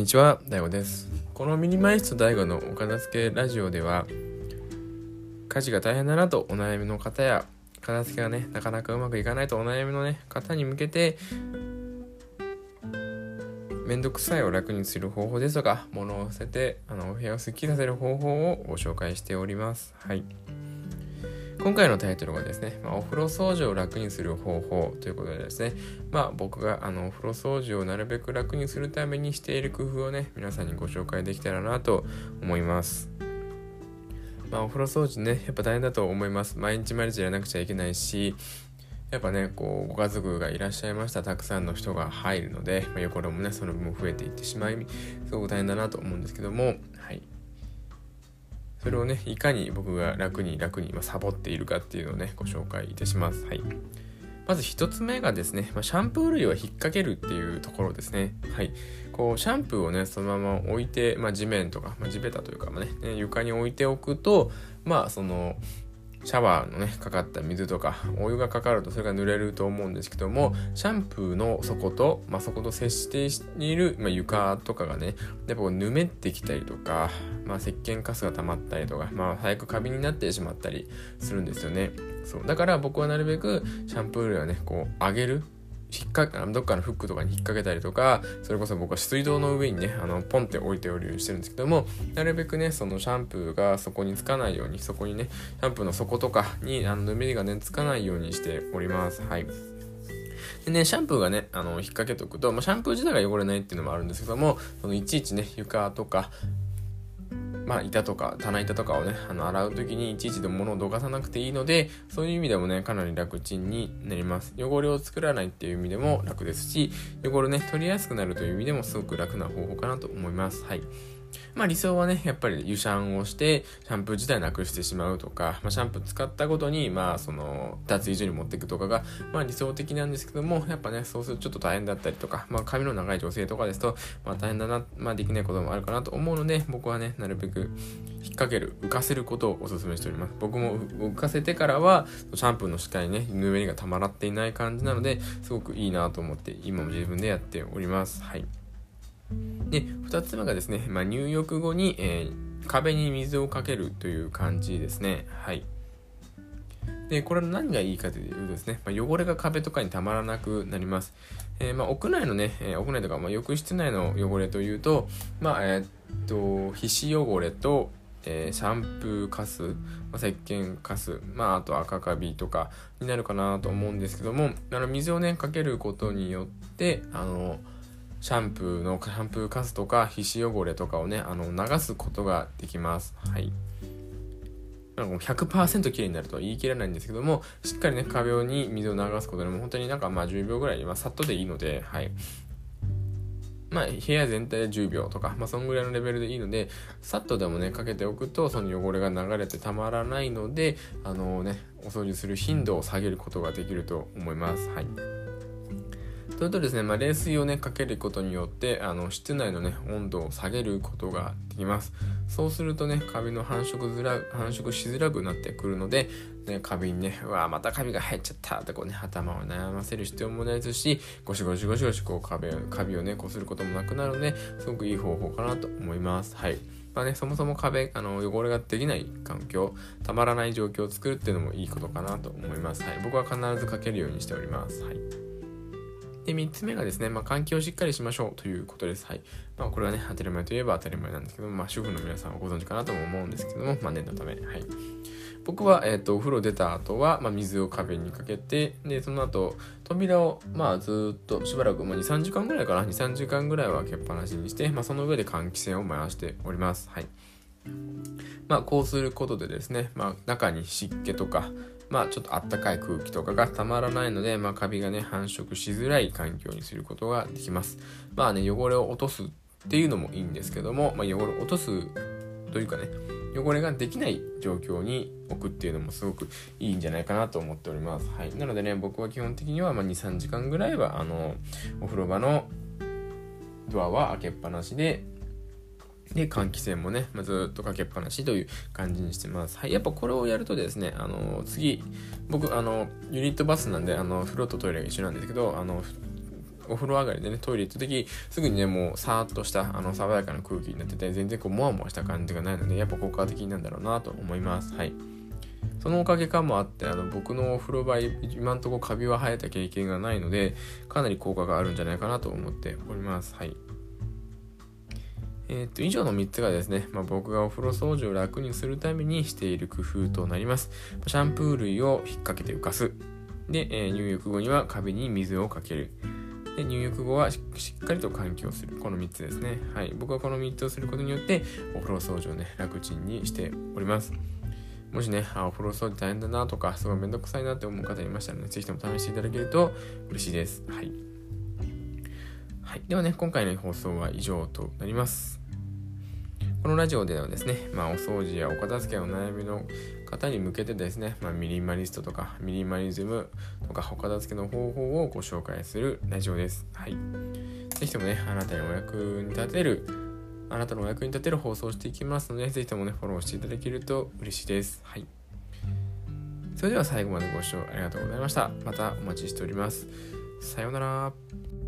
にちは、大悟です。このミニマリスト大悟のお片付けラジオでは、家事が大変だなとお悩みの方や、片付けがねなかなかうまくいかないとお悩みの方に向けて、めんどくさいを楽にする方法ですとか、物を捨ててお部屋をすっきりさせる方法をご紹介しております。はい。今回のタイトルがですね、お風呂掃除を楽にする方法ということでですね、僕がお風呂掃除をなるべく楽にするためにしている工夫をね、皆さんにご紹介できたらなと思います。お風呂掃除ね、やっぱ大変だと思います。毎日やらなくちゃいけないし、やっぱね、ご家族がいらっしゃいました。たくさんの人が入るので、汚れもね、その分増えていってしまい、すごく大変だなと思うんですけども、はい。それをね、いかに僕が楽にサボっているかっていうのをね、ご紹介いたします。はい。まず一つ目がですね、シャンプー類を引っ掛けるっていうところですね。はい。シャンプーをね、そのまま置いて、地面とか、地べたというか、床に置いておくと、シャワーのねかかった水とかお湯がかかるとそれが濡れると思うんですけども、シャンプーの底と接している、床とかがねやっぱぬめってきたりとか、石鹸カスが溜まったりとか、早くカビになってしまったりするんですよね。そうだから僕はなるべくシャンプー類はね上げる、どっかのフックとかに引っ掛けたりとか、それこそ僕は水道の上にねポンって置いておるようにしてるんですけども、なるべくねそのシャンプーがそこにつかないように、そこにねシャンプーの底とかにぬめりがねつかないようにしております。はい。でね、シャンプーがね引っ掛けておくと、シャンプー自体が汚れないっていうのもあるんですけども、いちいちね床とか板とか棚板とかをね洗うときにいちいちで物をどかさなくていいので、そういう意味でもねかなり楽ちんになります。汚れを作らないっていう意味でも楽ですし、汚れね取りやすくなるという意味でもすごく楽な方法かなと思います。はい。理想はねやっぱり湯シャンをしてシャンプー自体なくしてしまうとか、シャンプー使ったことに脱衣所に持っていくとかが理想的なんですけども、やっぱねそうするとちょっと大変だったりとか、髪の長い女性とかですと大変だな、できないこともあるかなと思うので、僕はねなるべく引っ掛ける、浮かせることをお勧めしております。僕も浮かせてからはシャンプーの下にねぬめりがたまらっていない感じなので、すごくいいなと思って今も自分でやっております。はい。で、2つ目がですね、入浴後に、壁に水をかけるという感じですね。はい。で、これ何がいいかというとですね、汚れが壁とかにたまらなくなります。屋内のね、屋内とか、浴室内の汚れというと、皮脂汚れと、シャンプーカス、石鹸カス、あと赤カビとかになるかなと思うんですけども、水をねかけることによってシャンプーカスとか皮脂汚れとかをね流すことができます。はい。100% 綺麗になるとは言い切れないんですけども、しっかりね壁に水を流すことでも本当に10秒ぐらいさっとでいいので、はい。部屋全体で10秒とか、そんぐらいのレベルでいいので、さっとでもねかけておくとその汚れが流れてたまらないので、お掃除する頻度を下げることができると思います。はい。それとですね、冷水をねかけることによって室内のね温度を下げることができます。そうするとねカビの繁殖しづらくなってくるので、カビにねまたカビが入っちゃったって頭を悩ませる必要もないですし、ゴシゴシカビをねこすることもなくなるので、すごくいい方法かなと思います。はい。そもそも汚れができない環境、たまらない状況を作るっていうのもいいことかなと思います。はい。僕は必ずかけるようにしております。はい。で、3つ目がですね、換気をしっかりしましょうということです。はい。これはね、当たり前といえば当たり前なんですけども、主婦の皆さんはご存知かなとも思うんですけども、念のため。はい。僕は、お風呂出た後は、水を壁にかけて、で、その後、扉を、ずっとしばらく、2、3時間ぐらいかな、2、3時間ぐらいは開けっぱなしにして、その上で換気扇を回しております。はい。こうすることでですね、中に湿気とか、ちょっとあったかい空気とかがたまらないので、カビがね繁殖しづらい環境にすることができます。汚れを落とすっていうのもいいんですけども、汚れを落とすというかね、汚れができない状況に置くっていうのもすごくいいんじゃないかなと思っております。はい。なのでね、僕は基本的には2、3時間ぐらいはお風呂場のドアは開けっぱなしで、換気扇もね、ずっとかけっぱなしという感じにしてます。はい。やっぱこれをやるとですね、次、僕、ユニットバスなんで、風呂とトイレが一緒なんですけど、 お風呂上がりでね、トイレ行った時、すぐにね、もうさーっとした爽やかな空気になってて、全然こうモワモワした感じがないので、やっぱ効果的なんだろうなと思います。はい。そのおかげかもあって、僕のお風呂場、今んとこカビは生えた経験がないので、かなり効果があるんじゃないかなと思っております。はい。以上の3つがですね、僕がお風呂掃除を楽にするためにしている工夫となります。シャンプー類を引っ掛けて浮かす。で、入浴後には壁に水をかける。で、入浴後はしっかりと換気をする。この3つですね。はい。僕はこの3つをすることによって、お風呂掃除をね、楽ちんにしております。もしね、お風呂掃除大変だなとか、すごいめんどくさいなって思う方いましたらね、ぜひとも試していただけると嬉しいです。はい。はい。ではね、今回の放送は以上となります。このラジオではですね、お掃除やお片付けの悩みの方に向けてですね、ミニマリストとかミニマリズムとかお片付けの方法をご紹介するラジオです。はい。ぜひともね、あなたのお役に立てる放送をしていきますので、ぜひともね、フォローしていただけると嬉しいです。はい。それでは最後までご視聴ありがとうございました。またお待ちしております。さようなら。